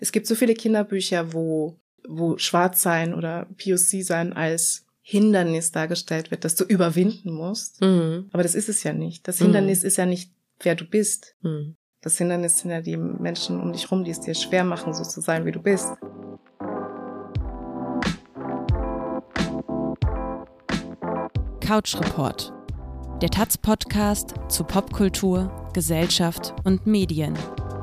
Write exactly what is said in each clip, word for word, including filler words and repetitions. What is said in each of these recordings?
Es gibt so viele Kinderbücher, wo, wo Schwarzsein oder P O C-Sein als Hindernis dargestellt wird, das du überwinden musst. Mhm. Aber das ist es ja nicht. Das Mhm. Hindernis ist ja nicht, wer du bist. Mhm. Das Hindernis sind ja die Menschen um dich rum, die es dir schwer machen, so zu sein, wie du bist. Couch Report, der Taz-Podcast zu Popkultur, Gesellschaft und Medien.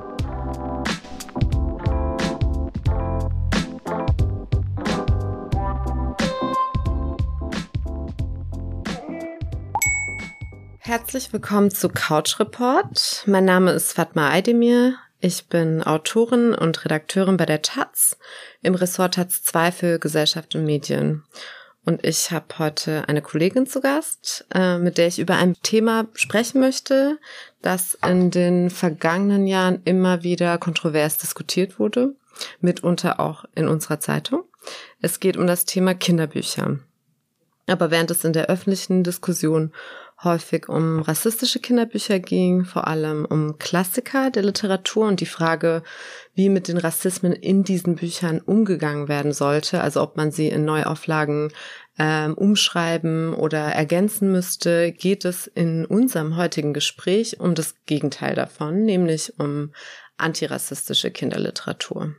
Herzlich willkommen zu Couch Report. Mein Name ist Fatma Aydemir. Ich bin Autorin und Redakteurin bei der Taz im Ressort Taz zwei für Gesellschaft und Medien. Und ich habe heute eine Kollegin zu Gast, äh, mit der ich über ein Thema sprechen möchte, das in den vergangenen Jahren immer wieder kontrovers diskutiert wurde, mitunter auch in unserer Zeitung. Es geht um das Thema Kinderbücher. Aber während es in der öffentlichen Diskussion häufig um rassistische Kinderbücher ging, vor allem um Klassiker der Literatur und die Frage, wie mit den Rassismen in diesen Büchern umgegangen werden sollte, also ob man sie in Neuauflagen ähm, umschreiben oder ergänzen müsste, geht es in unserem heutigen Gespräch um das Gegenteil davon, nämlich um antirassistische Kinderliteratur.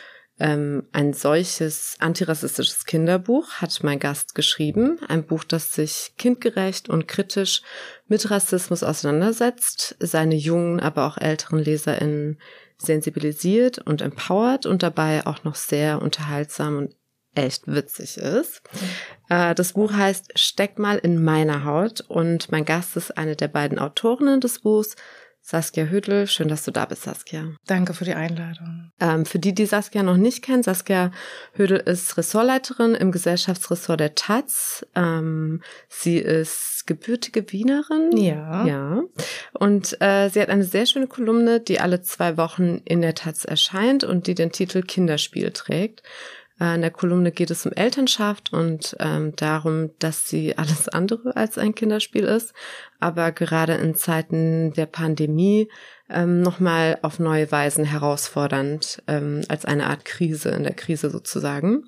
Ähm, ein solches antirassistisches Kinderbuch hat mein Gast geschrieben. Ein Buch, das sich kindgerecht und kritisch mit Rassismus auseinandersetzt, seine jungen, aber auch älteren LeserInnen sensibilisiert und empowert und dabei auch noch sehr unterhaltsam und echt witzig ist. Mhm. Äh, das Buch heißt Steck mal in meiner Haut und mein Gast ist eine der beiden Autorinnen des Buchs, Saskia Hödel. Schön, dass du da bist, Saskia. Danke für die Einladung. Ähm, für die, die Saskia noch nicht kennen, Saskia Hödel ist Ressortleiterin im Gesellschaftsressort der Taz. Ähm, sie ist gebürtige Wienerin. Ja. Ja. Und äh, sie hat eine sehr schöne Kolumne, die alle zwei Wochen in der Taz erscheint und die den Titel Kinderspiel trägt. In der Kolumne geht es um Elternschaft und ähm, darum, dass sie alles andere als ein Kinderspiel ist, aber gerade in Zeiten der Pandemie ähm, nochmal auf neue Weisen herausfordernd, ähm, als eine Art Krise in der Krise sozusagen.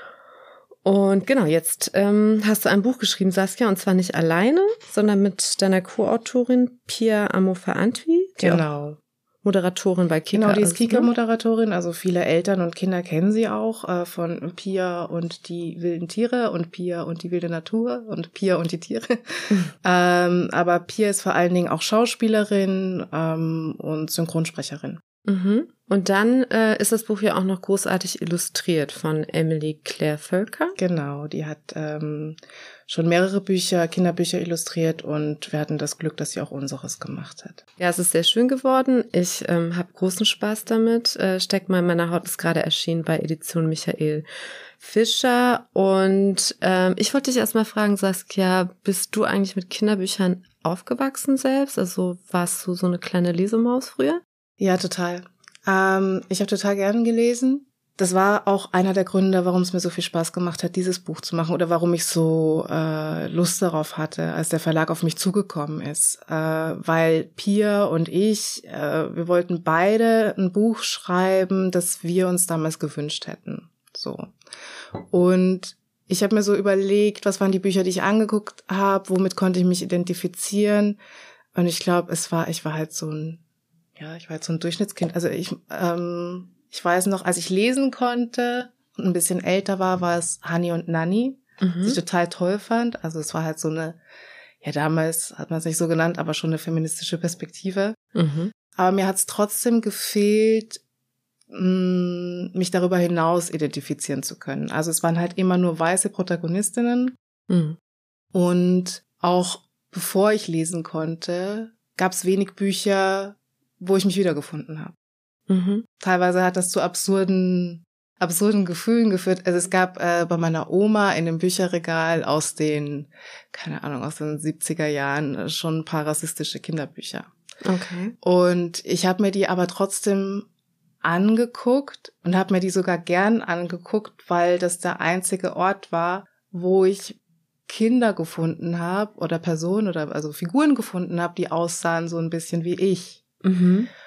Und genau, jetzt ähm, hast du ein Buch geschrieben, Saskia, und zwar nicht alleine, sondern mit deiner Co-Autorin Pia Amofa-Antwi. Genau. Moderatorin bei Kika. Genau, die ist Kika-Moderatorin, also viele Eltern und Kinder kennen sie auch, äh, von Pia und die wilden Tiere und Pia und die wilde Natur und Pia und die Tiere. Mhm. ähm, aber Pia ist vor allen Dingen auch Schauspielerin ähm, und Synchronsprecherin. Mhm. Und dann äh, ist das Buch ja auch noch großartig illustriert von Emily Claire Völker. Genau, die hat ähm, schon mehrere Bücher, Kinderbücher illustriert und wir hatten das Glück, dass sie auch unseres gemacht hat. Ja, es ist sehr schön geworden. Ich ähm, habe großen Spaß damit. Äh, Steck mal in meiner Haut ist gerade erschienen bei Edition Michael Fischer. Und ähm, ich wollte dich erstmal fragen, Saskia, bist du eigentlich mit Kinderbüchern aufgewachsen selbst? Also warst du so eine kleine Lesemaus früher? Ja, total. Ähm, ich habe total gern gelesen. Das war auch einer der Gründe, warum es mir so viel Spaß gemacht hat, dieses Buch zu machen oder warum ich so äh, Lust darauf hatte, als der Verlag auf mich zugekommen ist. Äh, weil Pia und ich, äh, wir wollten beide ein Buch schreiben, das wir uns damals gewünscht hätten. So. Und ich habe mir so überlegt, was waren die Bücher, die ich angeguckt habe, womit konnte ich mich identifizieren. Und ich glaube, es war, ich war halt so ein Ja, ich war jetzt so ein Durchschnittskind. Also ich, ähm, ich weiß noch, als ich lesen konnte und ein bisschen älter war, war es Hani und Nanny, mhm. die ich total toll fand. Also es war halt so eine, ja damals hat man es nicht so genannt, aber schon eine feministische Perspektive. Mhm. Aber mir hat es trotzdem gefehlt, mh, mich darüber hinaus identifizieren zu können. Also es waren halt immer nur weiße Protagonistinnen. Mhm. Und auch bevor ich lesen konnte, gab es wenig Bücher, wo ich mich wiedergefunden habe. Mhm. Teilweise hat das zu absurden, absurden Gefühlen geführt. Also es gab äh, bei meiner Oma in dem Bücherregal aus den, keine Ahnung, aus den siebziger Jahren schon ein paar rassistische Kinderbücher. Okay. Und ich habe mir die aber trotzdem angeguckt und habe mir die sogar gern angeguckt, weil das der einzige Ort war, wo ich Kinder gefunden habe oder Personen oder also Figuren gefunden habe, die aussahen so ein bisschen wie ich. Mhm.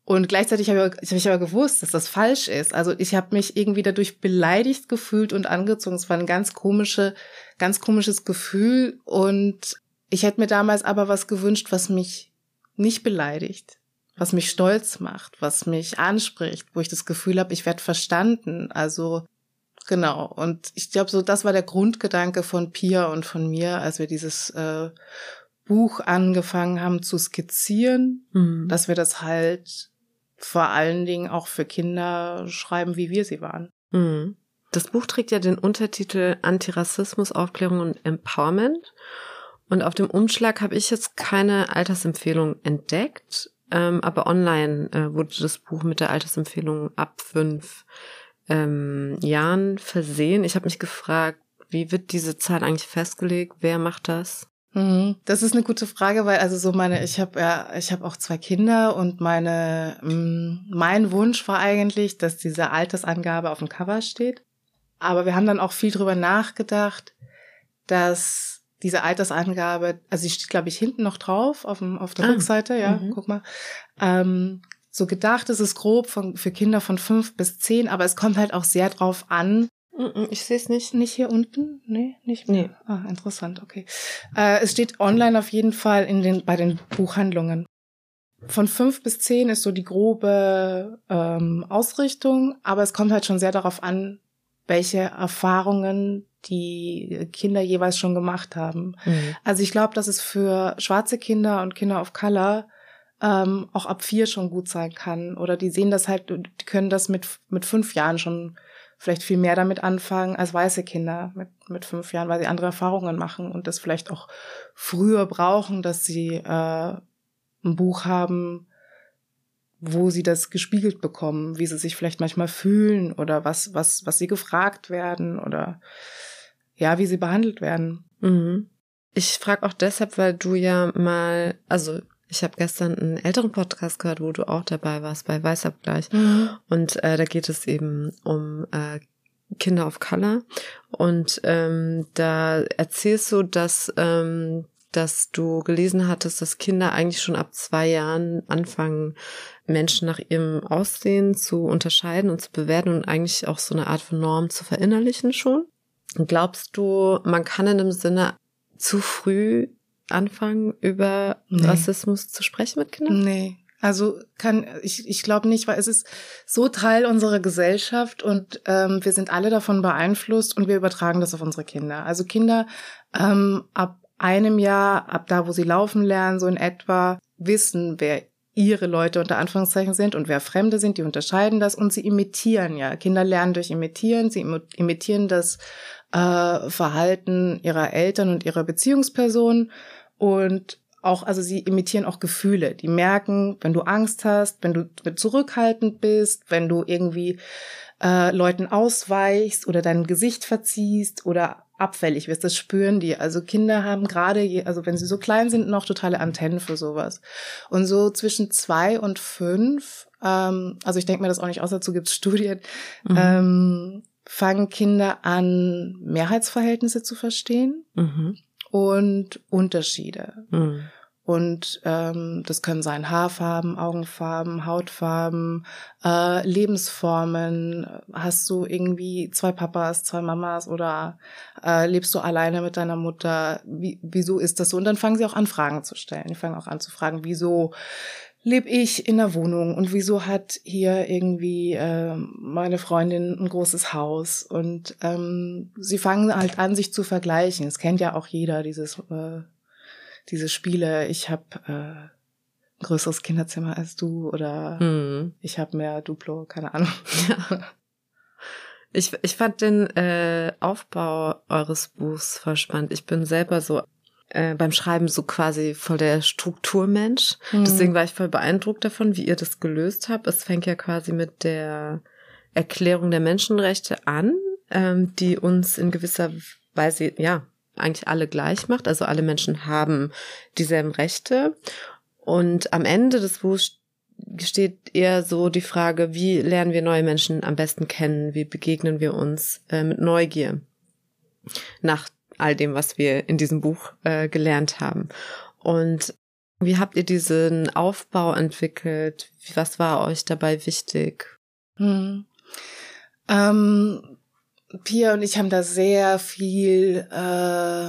Und gleichzeitig habe ich, hab ich aber gewusst, dass das falsch ist. Also ich habe mich irgendwie dadurch beleidigt gefühlt und angezogen. Es war ein ganz komische, ganz komisches Gefühl. Und ich hätte mir damals aber was gewünscht, was mich nicht beleidigt, was mich stolz macht, was mich anspricht, wo ich das Gefühl habe, ich werde verstanden. Also genau. Und ich glaube, so das war der Grundgedanke von Pia und von mir, als wir dieses äh, Buch angefangen haben zu skizzieren, mhm. dass wir das halt vor allen Dingen auch für Kinder schreiben, wie wir sie waren. Mhm. Das Buch trägt ja den Untertitel Antirassismus, Aufklärung und Empowerment. Und auf dem Umschlag habe ich jetzt keine Altersempfehlung entdeckt, ähm, aber online äh, wurde das Buch mit der Altersempfehlung ab fünf ähm, Jahren versehen. Ich habe mich gefragt, wie wird diese Zahl eigentlich festgelegt? Wer macht das? Das ist eine gute Frage, weil also so meine, ich habe ja, ich habe auch zwei Kinder und meine, mein Wunsch war eigentlich, dass diese Altersangabe auf dem Cover steht. Aber wir haben dann auch viel drüber nachgedacht, dass diese Altersangabe, also sie steht, glaube ich, hinten noch drauf auf dem auf der ah, Rückseite, ja, mhm. guck mal. Ähm, so gedacht ist es grob von, für Kinder von fünf bis zehn, aber es kommt halt auch sehr drauf an. Ich sehe es nicht. Nicht hier unten? Nee, nicht mehr. Nee. Ah, interessant, okay. Äh, es steht online auf jeden Fall in den bei den Buchhandlungen. Von fünf bis zehn ist so die grobe ähm, Ausrichtung, aber es kommt halt schon sehr darauf an, welche Erfahrungen die Kinder jeweils schon gemacht haben. Mhm. Also ich glaube, dass es für schwarze Kinder und Kinder of Color ähm, auch ab vier schon gut sein kann. Oder die sehen das halt, die können das mit mit fünf Jahren schon vielleicht viel mehr damit anfangen als weiße Kinder mit mit fünf Jahren, weil sie andere Erfahrungen machen und das vielleicht auch früher brauchen, dass sie äh, ein Buch haben, wo sie das gespiegelt bekommen, wie sie sich vielleicht manchmal fühlen oder was was was sie gefragt werden oder ja, wie sie behandelt werden. Mhm. Ich frage auch deshalb, weil du ja mal, also ich habe gestern einen älteren Podcast gehört, wo du auch dabei warst, bei Weißabgleich. Mhm. Und äh, da geht es eben um äh, Kinder of Color. Und ähm, da erzählst du, dass, ähm, dass du gelesen hattest, dass Kinder eigentlich schon ab zwei Jahren anfangen, Menschen nach ihrem Aussehen zu unterscheiden und zu bewerten und eigentlich auch so eine Art von Norm zu verinnerlichen schon. Und glaubst du, man kann in dem Sinne zu früh anfangen, über nee. Rassismus zu sprechen mit Kindern? Nee, also kann ich ich glaube nicht, weil es ist so Teil unserer Gesellschaft und ähm, wir sind alle davon beeinflusst und wir übertragen das auf unsere Kinder. Also Kinder ähm, ab einem Jahr, ab da, wo sie laufen lernen, so in etwa, wissen, wer ihre Leute unter Anführungszeichen sind und wer Fremde sind, die unterscheiden das und sie imitieren ja. Kinder lernen durch Imitieren, sie imitieren das äh, Verhalten ihrer Eltern und ihrer Beziehungspersonen. Und auch, also sie imitieren auch Gefühle. Die merken, wenn du Angst hast, wenn du zurückhaltend bist, wenn du irgendwie äh, Leuten ausweichst oder dein Gesicht verziehst oder abfällig wirst, das spüren die. Also Kinder haben gerade, also wenn sie so klein sind, noch totale Antennen für sowas. Und so zwischen zwei und fünf, ähm, also ich denke mir das auch nicht aus, dazu gibt es Studien, mhm. ähm, fangen Kinder an, Mehrheitsverhältnisse zu verstehen. Mhm. Und Unterschiede. Mhm. Und ähm, das können sein Haarfarben, Augenfarben, Hautfarben, äh, Lebensformen. Hast du irgendwie zwei Papas, zwei Mamas oder äh, lebst du alleine mit deiner Mutter? Wie, wieso ist das so? Und dann fangen sie auch an, Fragen zu stellen. Die fangen auch an zu fragen, wieso lebe ich in der Wohnung und wieso hat hier irgendwie äh, meine Freundin ein großes Haus? Und ähm, sie fangen halt an, sich zu vergleichen. Es kennt ja auch jeder, dieses äh, diese Spiele, ich habe äh, ein größeres Kinderzimmer als du oder hm. ich habe mehr Duplo, keine Ahnung. Ja. Ich, ich fand den äh, Aufbau eures Buchs voll spannend. Ich bin selber so Äh, beim Schreiben so quasi voll der Strukturmensch. Mhm. Deswegen war ich voll beeindruckt davon, wie ihr das gelöst habt. Es fängt ja quasi mit der Erklärung der Menschenrechte an, ähm, die uns in gewisser Weise, ja, eigentlich alle gleich macht. Also alle Menschen haben dieselben Rechte. Und am Ende des Buchs steht eher so die Frage, wie lernen wir neue Menschen am besten kennen? Wie begegnen wir uns äh, mit Neugier nach all dem, was wir in diesem Buch äh, gelernt haben. Und Wie habt ihr diesen Aufbau entwickelt? Was war euch dabei wichtig? Hm. Ähm, Pia und ich haben da sehr viel äh,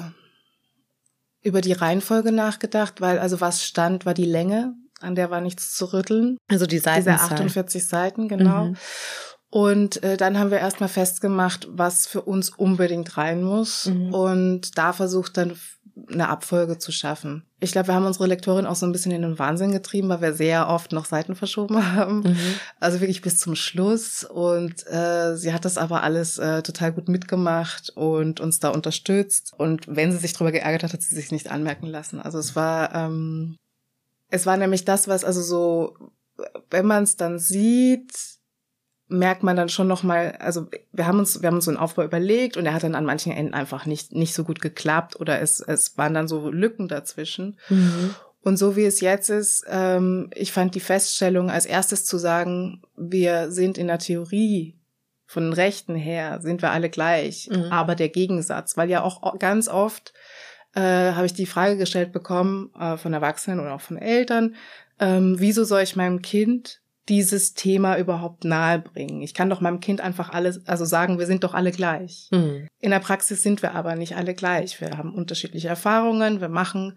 über die Reihenfolge nachgedacht, weil also was stand, war die Länge, an der war nichts zu rütteln. Also die Seitenzahl. Diese achtundvierzig Seiten, genau. Mhm. Und äh, dann haben wir erstmal festgemacht, was für uns unbedingt rein muss mhm. und da versucht dann eine Abfolge zu schaffen. Ich glaube, wir haben unsere Lektorin auch so ein bisschen in den Wahnsinn getrieben, weil wir sehr oft noch Seiten verschoben haben. Mhm. Also wirklich bis zum Schluss. Und äh, sie hat das aber alles äh, total gut mitgemacht und uns da unterstützt. Und wenn sie sich drüber geärgert hat, hat sie sich nicht anmerken lassen. Also es war, ähm, es war nämlich das, was also so, wenn man es dann sieht, merkt man dann schon noch mal, also wir haben uns wir haben uns so einen Aufbau überlegt und er hat dann an manchen Enden einfach nicht nicht so gut geklappt oder es es waren dann so Lücken dazwischen. Mhm. Und so wie es jetzt ist, ähm, ich fand die Feststellung als erstes zu sagen, wir sind in der Theorie von den Rechten her, sind wir alle gleich, mhm. aber der Gegensatz, weil ja auch ganz oft äh, habe ich die Frage gestellt bekommen äh, von Erwachsenen oder auch von Eltern, ähm, wieso soll ich meinem Kind dieses Thema überhaupt nahebringen. Ich kann doch meinem Kind einfach alles, also sagen, wir sind doch alle gleich. Mhm. In der Praxis sind wir aber nicht alle gleich. Wir haben unterschiedliche Erfahrungen, wir machen,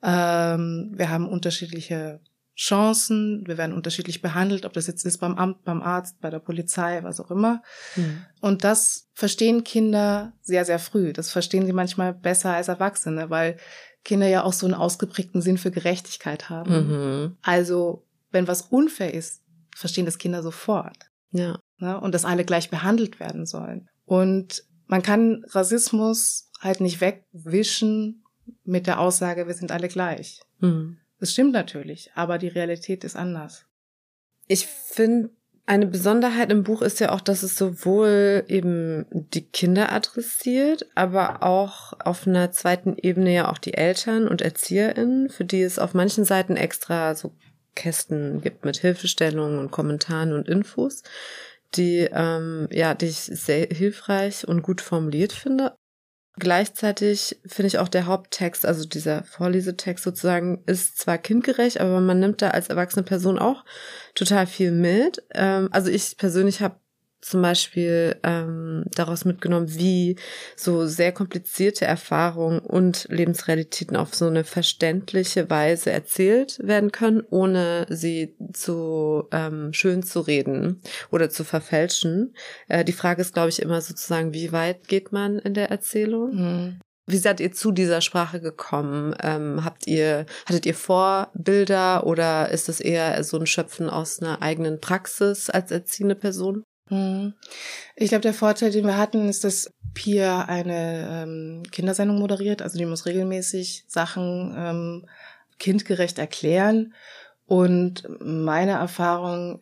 ähm, wir haben unterschiedliche Chancen, wir werden unterschiedlich behandelt, ob das jetzt ist beim Amt, beim Arzt, bei der Polizei, was auch immer. Mhm. Und das verstehen Kinder sehr, sehr früh. Das verstehen sie manchmal besser als Erwachsene, weil Kinder ja auch so einen ausgeprägten Sinn für Gerechtigkeit haben. Mhm. Also, wenn was unfair ist, verstehen das Kinder sofort. Ja. Ne? Und dass alle gleich behandelt werden sollen. Und man kann Rassismus halt nicht wegwischen mit der Aussage, wir sind alle gleich. Mhm. Das stimmt natürlich, aber die Realität ist anders. Ich finde, eine Besonderheit im Buch ist ja auch, dass es sowohl eben die Kinder adressiert, aber auch auf einer zweiten Ebene ja auch die Eltern und ErzieherInnen, für die es auf manchen Seiten extra so Kästen gibt mit Hilfestellungen und Kommentaren und Infos, die ähm, ja, die ich sehr hilfreich und gut formuliert finde. Gleichzeitig finde ich auch der Haupttext, also dieser Vorlesetext sozusagen, ist zwar kindgerecht, aber man nimmt da als erwachsene Person auch total viel mit. Ähm, also ich persönlich habe zum Beispiel ähm, daraus mitgenommen, wie so sehr komplizierte Erfahrungen und Lebensrealitäten auf so eine verständliche Weise erzählt werden können, ohne sie zu ähm, schön zu reden oder zu verfälschen. Äh, die Frage ist, glaube ich, immer sozusagen, wie weit geht man in der Erzählung? Mhm. Wie seid ihr zu dieser Sprache gekommen? Ähm, habt ihr, hattet ihr Vorbilder oder ist das eher so ein Schöpfen aus einer eigenen Praxis als erziehende Person? Ich glaube, der Vorteil, den wir hatten, ist, dass Pia eine ähm, Kindersendung moderiert. Also die muss regelmäßig Sachen ähm, kindgerecht erklären. Und meine Erfahrung,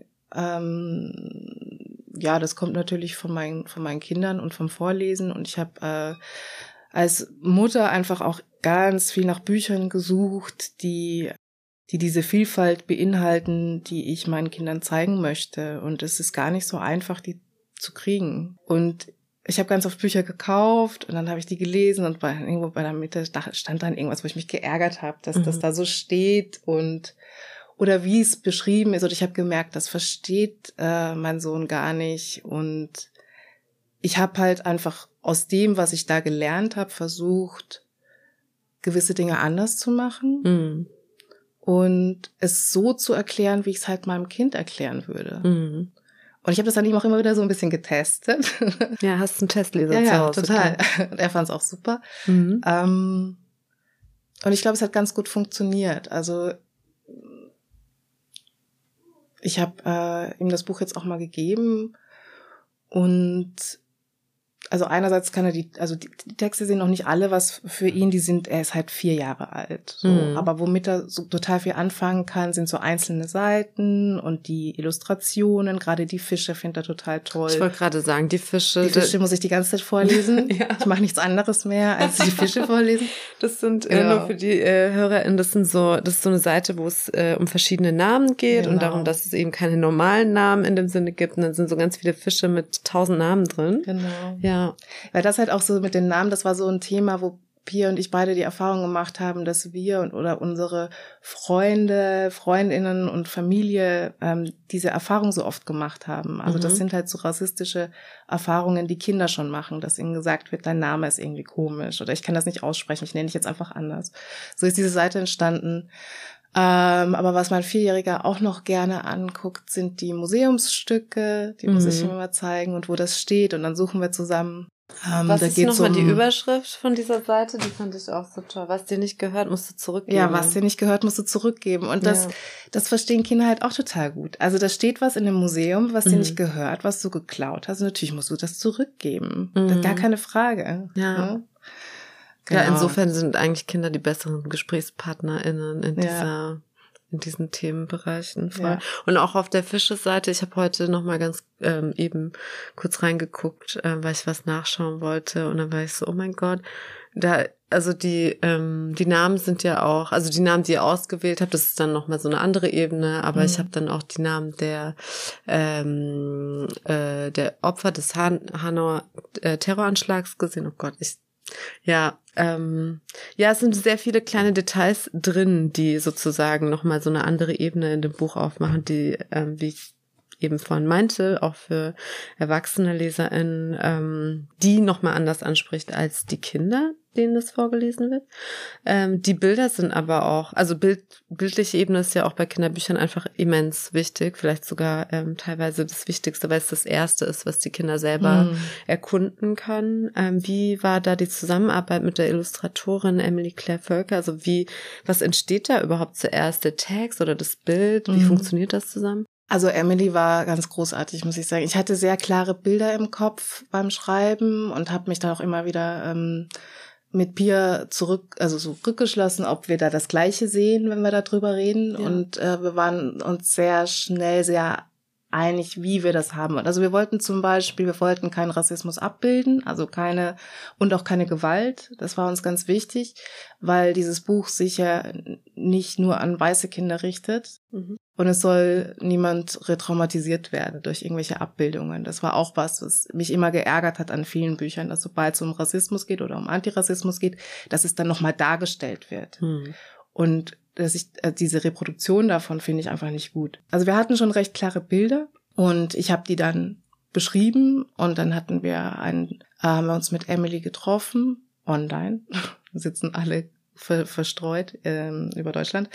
ähm, ja, das kommt natürlich von meinen, von meinen Kindern und vom Vorlesen. Und ich habe äh, als Mutter einfach auch ganz viel nach Büchern gesucht, die die diese Vielfalt beinhalten, die ich meinen Kindern zeigen möchte. Und es ist gar nicht so einfach, die zu kriegen. Und ich habe ganz oft Bücher gekauft und dann habe ich die gelesen und bei, irgendwo bei der Mitte stand dann irgendwas, wo ich mich geärgert habe, dass mhm. das da so steht und oder wie es beschrieben ist. Und ich habe gemerkt, das versteht äh, mein Sohn gar nicht. Und ich habe halt einfach aus dem, was ich da gelernt habe, versucht, gewisse Dinge anders zu machen. Mhm. Und es so zu erklären, wie ich es halt meinem Kind erklären würde. Mhm. Und ich habe das dann eben auch immer wieder so ein bisschen getestet. Ja, hast du einen Testleser ja, zu ja, Hause? Total. Und er fand es auch super. Mhm. Ähm, und ich glaube, es hat ganz gut funktioniert. Also ich habe äh, ihm das Buch jetzt auch mal gegeben und also einerseits kann er die, also die, die Texte sind noch nicht alle was für ihn, die sind, er ist halt vier Jahre alt. So. Mhm. Aber womit er so total viel anfangen kann, sind so einzelne Seiten und die Illustrationen, gerade die Fische findet er total toll. Ich wollte gerade sagen, die Fische. Die Fische muss ich die ganze Zeit vorlesen. Ja. Ich mache nichts anderes mehr, als die Fische vorlesen. Das sind, genau. äh, nur für die äh, HörerInnen, das sind so, das ist so eine Seite, wo es äh, um verschiedene Namen geht genau. und darum, dass es eben keine normalen Namen in dem Sinne gibt. Und dann sind so ganz viele Fische mit tausend Namen drin. Genau. Ja. Ja, weil das halt auch so mit den Namen, das war so ein Thema, wo Pia und ich beide die Erfahrung gemacht haben, dass wir und oder unsere Freunde, Freundinnen und Familie ähm, diese Erfahrung so oft gemacht haben. Also mhm. das sind halt so rassistische Erfahrungen, die Kinder schon machen, dass ihnen gesagt wird, dein Name ist irgendwie komisch oder ich kann das nicht aussprechen, ich nenne dich jetzt einfach anders. So ist diese Seite entstanden. Ähm, aber was mein Vierjähriger auch noch gerne anguckt, sind die Museumsstücke, die muss mhm. ich ihm immer zeigen und wo das steht und dann suchen wir zusammen. Ähm, was da ist nochmal um, die Überschrift von dieser Seite? Die fand ich auch so toll. Was dir nicht gehört, musst du zurückgeben. Ja, was dir nicht gehört, musst du zurückgeben. Und das, ja. das verstehen Kinder halt auch total gut. Also da steht was in dem Museum, was mhm. dir nicht gehört, was du geklaut hast. Und natürlich musst du das zurückgeben. Mhm. Das ist gar keine Frage. Ja. Ja? Genau. Ja, insofern sind eigentlich Kinder die besseren GesprächspartnerInnen in dieser, ja. in diesen Themenbereichen. Voll. Ja. Und auch auf der Fische-Seite, ich habe heute noch mal ganz ähm, eben kurz reingeguckt, äh, weil ich was nachschauen wollte und dann war ich so, oh mein Gott, da, also die ähm, die Namen sind ja auch, also die Namen, die ihr ausgewählt habt, das ist dann noch mal so eine andere Ebene, aber mhm. ich habe dann auch die Namen der ähm, äh, der Opfer des Han- Hanauer äh, Terroranschlags gesehen. Oh Gott, ich Ja, ähm, ja, es sind sehr viele kleine Details drin, die sozusagen nochmal so eine andere Ebene in dem Buch aufmachen, die, ähm, wie ich eben vorhin meinte, auch für erwachsene LeserInnen, ähm, die nochmal anders anspricht als die Kinder, denen das vorgelesen wird. Ähm, die Bilder sind aber auch, also Bild, bildliche Ebene ist ja auch bei Kinderbüchern einfach immens wichtig, vielleicht sogar ähm, teilweise das Wichtigste, weil es das Erste ist, was die Kinder selber mm. erkunden können. Ähm, wie war da die Zusammenarbeit mit der Illustratorin Emily Claire Völker? Also wie, was entsteht da überhaupt zuerst, der Text oder das Bild? Wie mm. funktioniert das zusammen? Also Emily war ganz großartig, muss ich sagen. Ich hatte sehr klare Bilder im Kopf beim Schreiben und habe mich dann auch immer wieder ähm, mit Pia zurück, also so rückgeschlossen, ob wir da das Gleiche sehen, wenn wir da drüber reden. Ja. Und äh, wir waren uns sehr schnell sehr einig, wie wir das haben. Also wir wollten zum Beispiel, wir wollten keinen Rassismus abbilden, also keine und auch keine Gewalt. Das war uns ganz wichtig, weil dieses Buch sich ja nicht nur an weiße Kinder richtet. Mhm. Und es soll niemand retraumatisiert werden durch irgendwelche Abbildungen. Das war auch was, was mich immer geärgert hat an vielen Büchern, dass sobald es um Rassismus geht oder um Antirassismus geht, dass es dann nochmal dargestellt wird. Mhm. Und dass ich, äh, diese Reproduktion davon finde ich einfach nicht gut. Also wir hatten schon recht klare Bilder und ich habe die dann beschrieben und dann hatten wir einen, äh, haben wir uns mit Emily getroffen, online, sitzen alle ver- verstreut ähm, über Deutschland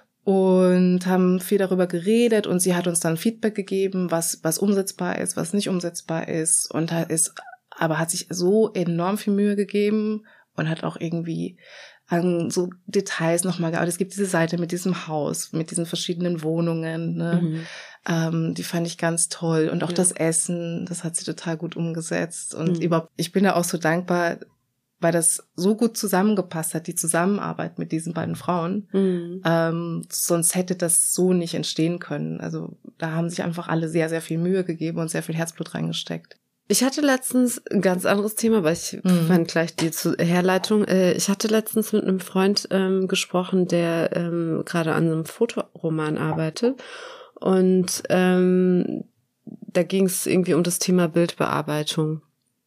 und haben viel darüber geredet und sie hat uns dann Feedback gegeben, was was umsetzbar ist, was nicht umsetzbar ist und hat ist, aber hat sich so enorm viel Mühe gegeben und hat auch irgendwie an so Details nochmal gearbeitet. Es gibt diese Seite mit diesem Haus, mit diesen verschiedenen Wohnungen, ne? Mhm. Ähm, die fand ich ganz toll. Und auch ja. das Essen, das hat sie total gut umgesetzt. Und mhm. überhaupt, ich bin da auch so dankbar, weil das so gut zusammengepasst hat, die Zusammenarbeit mit diesen beiden Frauen. Mhm. Ähm, sonst hätte das so nicht entstehen können. Also da haben sich einfach alle sehr, sehr viel Mühe gegeben und sehr viel Herzblut reingesteckt. Ich hatte letztens ein ganz anderes Thema, weil ich mhm. fand gleich die Herleitung. Ich hatte letztens mit einem Freund ähm, gesprochen, der ähm, gerade an einem Fotoroman arbeitet. Und ähm, da ging es irgendwie um das Thema Bildbearbeitung.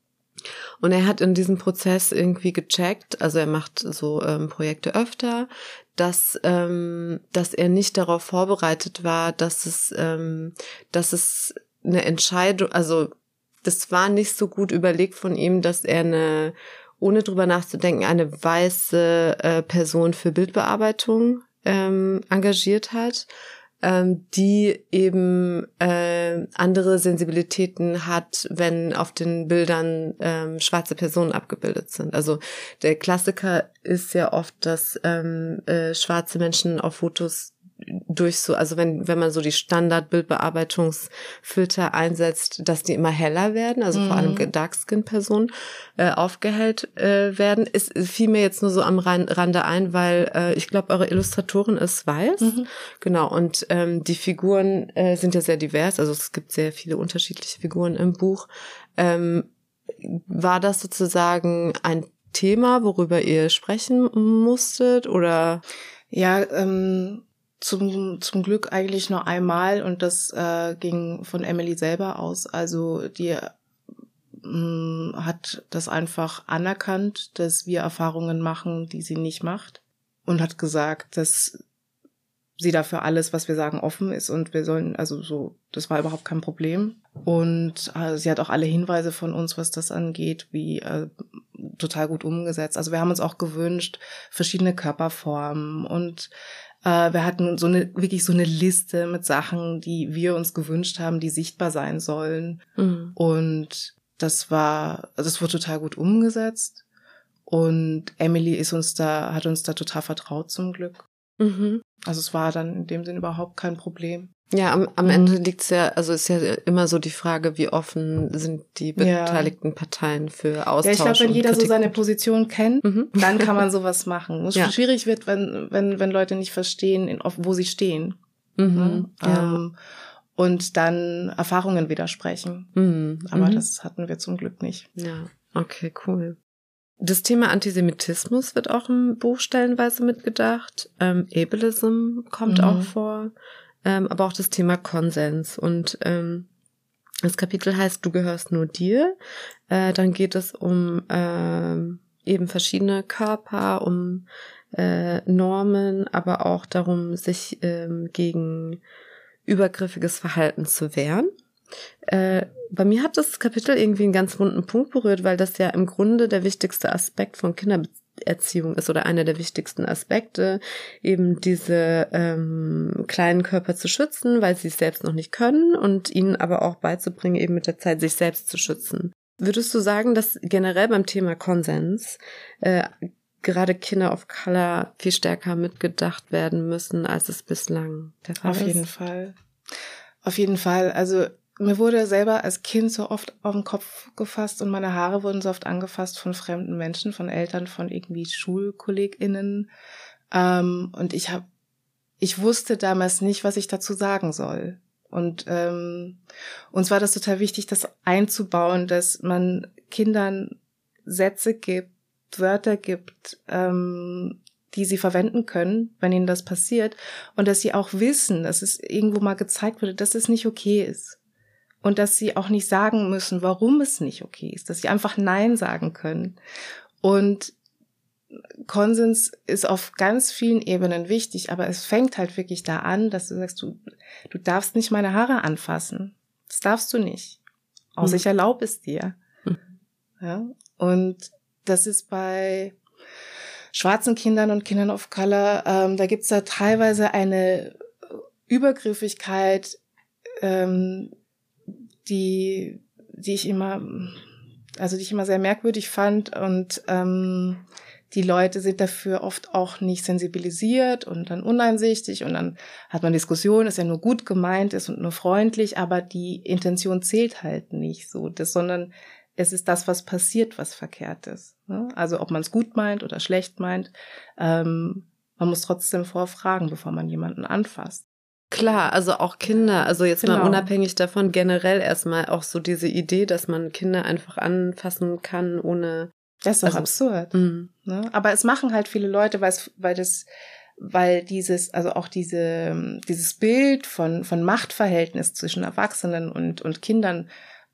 Und er hat in diesem Prozess irgendwie gecheckt, also er macht so ähm, Projekte öfter, dass ähm, dass er nicht darauf vorbereitet war, dass es ähm, dass es eine Entscheidung, also das war nicht so gut überlegt von ihm, dass er eine, ohne drüber nachzudenken, eine weiße äh, Person für Bildbearbeitung ähm, engagiert hat, ähm, die eben äh, andere Sensibilitäten hat, wenn auf den Bildern ähm, schwarze Personen abgebildet sind. Also der Klassiker ist ja oft, dass ähm, äh, schwarze Menschen auf Fotos durch so, also wenn wenn man so die Standard-Bildbearbeitungsfilter einsetzt, dass die immer heller werden, also mhm. vor allem Dark-Skin-Personen äh, aufgehellt äh, werden, ist fiel mir jetzt nur so am Rande ein, weil äh, ich glaube, eure Illustratorin ist weiß, mhm. genau, und ähm, die Figuren äh, sind ja sehr divers, also es gibt sehr viele unterschiedliche Figuren im Buch. Ähm, war das sozusagen ein Thema, worüber ihr sprechen musstet, oder? Ja, ähm Zum, zum Glück eigentlich nur einmal und das äh, ging von Emily selber aus. Also die mh, hat das einfach anerkannt, dass wir Erfahrungen machen, die sie nicht macht, und hat gesagt, dass sie dafür alles, was wir sagen, offen ist, und wir sollen, also so, das war überhaupt kein Problem. Und äh, sie hat auch alle Hinweise von uns, was das angeht, wie äh, total gut umgesetzt. Also wir haben uns auch gewünscht, verschiedene Körperformen, und äh, wir hatten so eine, wirklich so eine Liste mit Sachen, die wir uns gewünscht haben, die sichtbar sein sollen. Mhm. Und das war, das wurde total gut umgesetzt. Und Emily ist uns da, hat uns da total vertraut, zum Glück. Mhm. Also es war dann in dem Sinn überhaupt kein Problem. Ja, am, am mhm. Ende liegt's ja, also ist ja immer so die Frage, wie offen sind die beteiligten ja. Parteien für Austausch. Ja, ich glaube, wenn jeder Kritik so seine Position kennt, mhm. dann kann man sowas machen. Was ja. schwierig wird, wenn wenn wenn Leute nicht verstehen, wo sie stehen. Mhm. Ja. Ähm, und dann Erfahrungen widersprechen. Mhm. Aber mhm. das hatten wir zum Glück nicht. Ja, okay, cool. Das Thema Antisemitismus wird auch im Buch stellenweise mitgedacht. Ähm, Ableism kommt mhm. auch vor. Ähm, aber auch das Thema Konsens. Und ähm, das Kapitel heißt Du gehörst nur dir. Äh, dann geht es um äh, eben verschiedene Körper, um äh, Normen, aber auch darum, sich ähm, gegen übergriffiges Verhalten zu wehren. Äh, bei mir hat das Kapitel irgendwie einen ganz wunden Punkt berührt, weil das ja im Grunde der wichtigste Aspekt von Kindererziehung ist oder einer der wichtigsten Aspekte, eben diese ähm, kleinen Körper zu schützen, weil sie es selbst noch nicht können, und ihnen aber auch beizubringen, eben mit der Zeit sich selbst zu schützen. Würdest du sagen, dass generell beim Thema Konsens äh, gerade Kinder of Color viel stärker mitgedacht werden müssen, als es bislang der Fall ist? Auf jeden Fall. Auf jeden Fall. Also mir wurde selber als Kind so oft auf den Kopf gefasst und meine Haare wurden so oft angefasst von fremden Menschen, von Eltern, von irgendwie SchulkollegInnen. Ähm, und ich habe, ich wusste damals nicht, was ich dazu sagen soll. Und ähm, uns war das total wichtig, das einzubauen, dass man Kindern Sätze gibt, Wörter gibt, ähm, die sie verwenden können, wenn ihnen das passiert, und dass sie auch wissen, dass es irgendwo mal gezeigt wurde, dass es nicht okay ist. Und dass sie auch nicht sagen müssen, warum es nicht okay ist, dass sie einfach Nein sagen können. Und Konsens ist auf ganz vielen Ebenen wichtig, aber es fängt halt wirklich da an, dass du sagst, du, du darfst nicht meine Haare anfassen. Das darfst du nicht. Außer ich erlaube es dir. Mhm. Ja? Und das ist bei schwarzen Kindern und Kindern of Color, ähm, da gibt's da teilweise eine Übergriffigkeit, ähm, die, die ich immer, also die ich immer sehr merkwürdig fand, und ähm, die Leute sind dafür oft auch nicht sensibilisiert und dann uneinsichtig, und dann hat man Diskussionen, ist ja nur gut gemeint ist und nur freundlich, aber die Intention zählt halt nicht so, das, sondern es ist das, was passiert, was verkehrt ist. Ne? Also ob man es gut meint oder schlecht meint, ähm, man muss trotzdem vorfragen, bevor man jemanden anfasst. Klar, also auch Kinder, also jetzt genau. mal unabhängig davon, generell erstmal auch so diese Idee, dass man Kinder einfach anfassen kann, ohne... Das ist doch also, absurd. Mm. Ne? Aber es machen halt viele Leute, weil es, weil das, weil dieses, also auch diese, dieses Bild von, von Machtverhältnis zwischen Erwachsenen und, und Kindern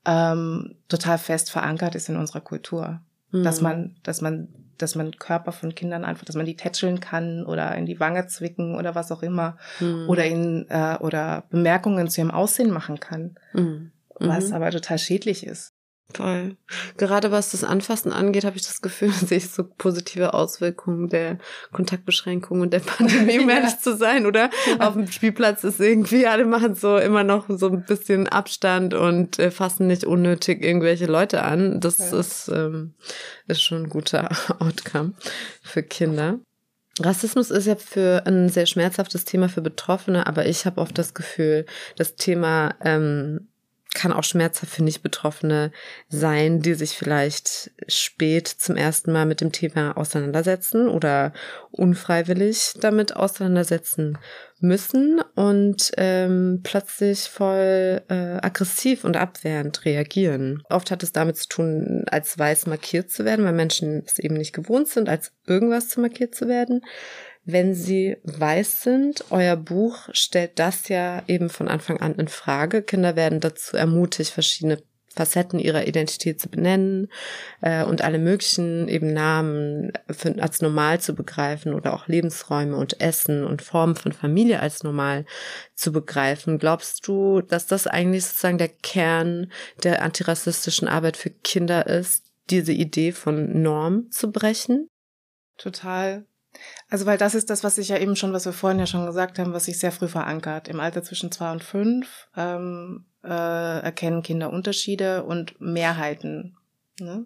ähm, total fest verankert ist in unserer Kultur. Mm. Dass man, dass man, dass man Körper von Kindern einfach, dass man die tätscheln kann oder in die Wange zwicken oder was auch immer, mm. oder in, äh, oder Bemerkungen zu ihrem Aussehen machen kann. Mm. Was mm. aber total schädlich ist. Toll. Gerade was das Anfassen angeht, habe ich das Gefühl, sehe ich so positive Auswirkungen der Kontaktbeschränkungen und der Pandemie, um ehrlich zu sein, oder? Ja. Auf dem Spielplatz ist irgendwie, alle machen so immer noch so ein bisschen Abstand und äh, fassen nicht unnötig irgendwelche Leute an. Das ja. ist, ähm, ist schon ein guter Outcome für Kinder. Rassismus ist ja für ein sehr schmerzhaftes Thema für Betroffene, aber ich habe oft das Gefühl, das Thema ähm, kann auch schmerzhaft für Nicht-Betroffene sein, die sich vielleicht spät zum ersten Mal mit dem Thema auseinandersetzen oder unfreiwillig damit auseinandersetzen müssen und ähm, plötzlich voll äh, aggressiv und abwehrend reagieren. Oft hat es damit zu tun, als weiß markiert zu werden, weil Menschen es eben nicht gewohnt sind, als irgendwas zu markiert zu werden. Wenn sie weiß sind, euer Buch stellt das ja eben von Anfang an in Frage. Kinder werden dazu ermutigt, verschiedene Facetten ihrer Identität zu benennen äh, und alle möglichen eben Namen für, als normal zu begreifen oder auch Lebensräume und Essen und Formen von Familie als normal zu begreifen. Glaubst du, dass das eigentlich sozusagen der Kern der antirassistischen Arbeit für Kinder ist, diese Idee von Norm zu brechen? Total. Also weil das ist das, was ich ja eben schon, was wir vorhin ja schon gesagt haben, was sich sehr früh verankert. Im Alter zwischen zwei und fünf ähm, äh, erkennen Kinder Unterschiede und Mehrheiten. Ne?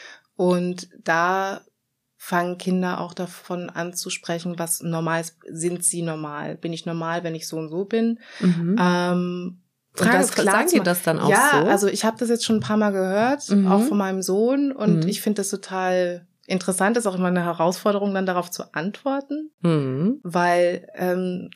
Und da fangen Kinder auch davon an zu sprechen, was normal ist. Sind sie normal? Bin ich normal, wenn ich so und so bin? Mhm. Ähm, Frage, und das klar sagen die das dann auch ja, so? Ja, also ich habe das jetzt schon ein paar Mal gehört, Mhm. auch von meinem Sohn. Und Mhm. ich finde das total interessant, ist auch immer eine Herausforderung, dann darauf zu antworten. Mhm. Weil ähm,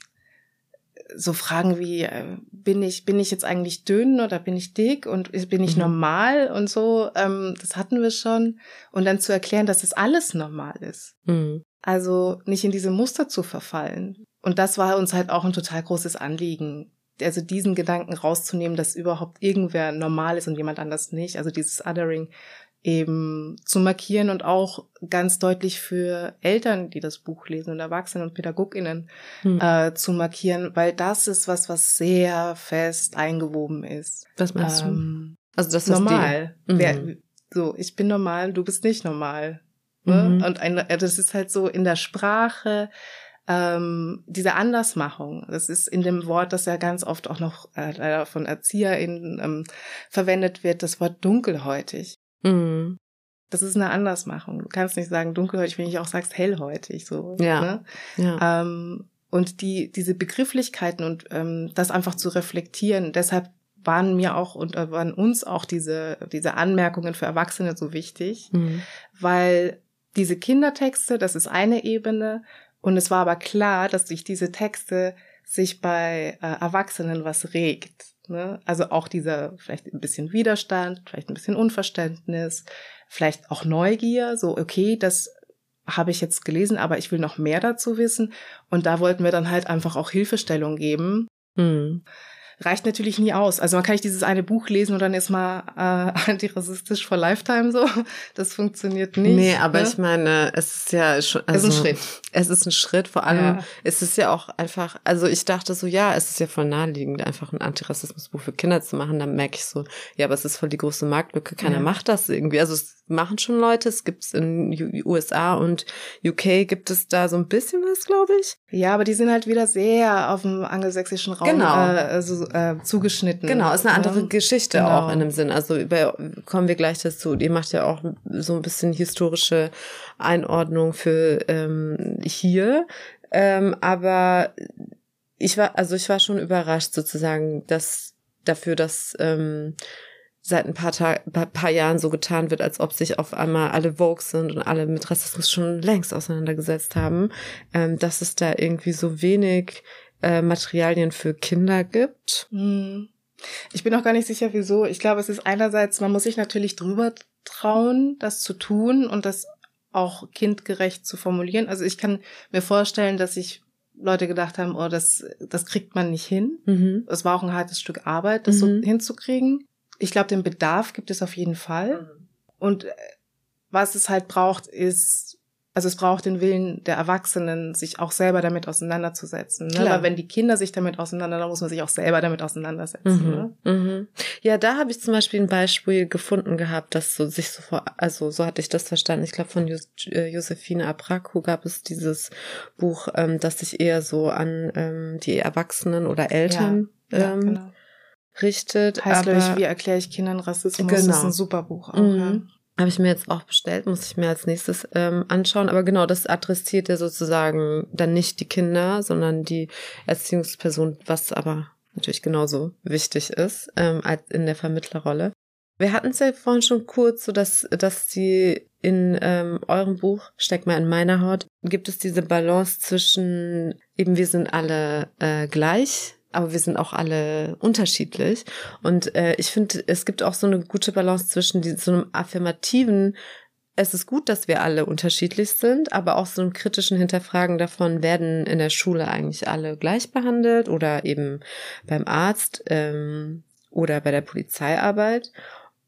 so Fragen wie, äh, bin ich bin ich jetzt eigentlich dünn oder bin ich dick und bin ich mhm. normal und so, ähm, das hatten wir schon. Und dann zu erklären, dass das alles normal ist. Mhm. Also nicht in diese Muster zu verfallen. Und das war uns halt auch ein total großes Anliegen. Also diesen Gedanken rauszunehmen, dass überhaupt irgendwer normal ist und jemand anders nicht. Also dieses Othering eben zu markieren und auch ganz deutlich für Eltern, die das Buch lesen und Erwachsene und PädagogInnen hm. äh, zu markieren, weil das ist was, was sehr fest eingewoben ist. Was meinst ähm, du? Also das ist normal. Die, mhm. Wer, so, ich bin normal, du bist nicht normal. Ne? Mhm. Und ein, das ist halt so in der Sprache, ähm, diese Andersmachung. Das ist in dem Wort, das ja ganz oft auch noch äh, leider von ErzieherInnen ähm, verwendet wird, das Wort dunkelhäutig. Mhm. Das ist eine Andersmachung. Du kannst nicht sagen dunkelhäutig, wenn du auch sagst hellhäutig. So, ja. Ne? ja. Ähm, und die diese Begrifflichkeiten und ähm, das einfach zu reflektieren, deshalb waren mir auch und äh, waren uns auch diese diese Anmerkungen für Erwachsene so wichtig, mhm. weil diese Kindertexte, das ist eine Ebene, und es war aber klar, dass durch diese Texte sich bei äh, Erwachsenen was regt. Ne? Also auch dieser vielleicht ein bisschen Widerstand, vielleicht ein bisschen Unverständnis, vielleicht auch Neugier, so okay, das habe ich jetzt gelesen, aber ich will noch mehr dazu wissen. Und da wollten wir dann halt einfach auch Hilfestellung geben. Mhm. Reicht natürlich nie aus. Also man kann nicht dieses eine Buch lesen und dann ist mal äh, antirassistisch for lifetime so. Das funktioniert nicht. Nee, aber ne? ich meine, es ist ja schon... Also, es ist ein Schritt. Es ist ein Schritt, vor allem ja. es ist ja auch einfach... Also ich dachte so, ja, es ist ja voll naheliegend, einfach ein Antirassismusbuch für Kinder zu machen. Dann merke ich so, ja, aber es ist voll die große Marktlücke. Keiner ja. macht das irgendwie. Also es machen schon Leute. Es gibt es in U S A und U K gibt es da so ein bisschen was, glaube ich. Ja, aber die sind halt wieder sehr auf dem angelsächsischen Raum genau. äh, so, äh, zugeschnitten. Genau, ist eine andere ja. Geschichte genau. auch in dem Sinn. Also über, kommen wir gleich dazu. Ihr macht ja auch so ein bisschen historische Einordnung für ähm, hier. Ähm, aber ich war, also ich war schon überrascht sozusagen, dass dafür, dass ähm, seit ein paar, Tag, paar, paar Jahren so getan wird, als ob sich auf einmal alle Vogue sind und alle mit Rassismus schon längst auseinandergesetzt haben, ähm, dass es da irgendwie so wenig äh, Materialien für Kinder gibt. Hm. Ich bin auch gar nicht sicher, wieso. Ich glaube, es ist einerseits, man muss sich natürlich drüber trauen, das zu tun und das auch kindgerecht zu formulieren. Also ich kann mir vorstellen, dass sich Leute gedacht haben, oh, das, das kriegt man nicht hin. Mhm. Es war auch ein hartes Stück Arbeit, das mhm. so hinzukriegen. Ich glaube, den Bedarf gibt es auf jeden Fall. Mhm. Und was es halt braucht, ist, also es braucht den Willen der Erwachsenen, sich auch selber damit auseinanderzusetzen. Ne? Weil wenn die Kinder sich damit auseinandersetzen, dann muss man sich auch selber damit auseinandersetzen. Mhm. Ne? Mhm. Ja, da habe ich zum Beispiel ein Beispiel gefunden gehabt, dass so sich so vor, also so hatte ich das verstanden. Ich glaube, von Jos- äh, Josephine Abraku gab es dieses Buch, ähm, das sich eher so an ähm, die Erwachsenen oder Eltern ja, ja, ähm, genau. richtet. Heißt, aber, glaube ich, wie erkläre ich Kindern Rassismus? Genau. Das ist ein super Buch auch. Mhm. Ja. Habe ich mir jetzt auch bestellt, muss ich mir als nächstes ähm, anschauen. Aber genau, das adressiert ja sozusagen dann nicht die Kinder, sondern die Erziehungsperson, was aber natürlich genauso wichtig ist ähm, als in der Vermittlerrolle. Wir hatten es ja vorhin schon kurz, so dass, dass sie in ähm, eurem Buch, Steck mal in meiner Haut, gibt es diese Balance zwischen eben wir sind alle äh, gleich, aber wir sind auch alle unterschiedlich. Und äh, ich finde, es gibt auch so eine gute Balance zwischen die, so einem affirmativen, es ist gut, dass wir alle unterschiedlich sind, aber auch so einem kritischen Hinterfragen davon, werden in der Schule eigentlich alle gleich behandelt oder eben beim Arzt ähm, oder bei der Polizeiarbeit.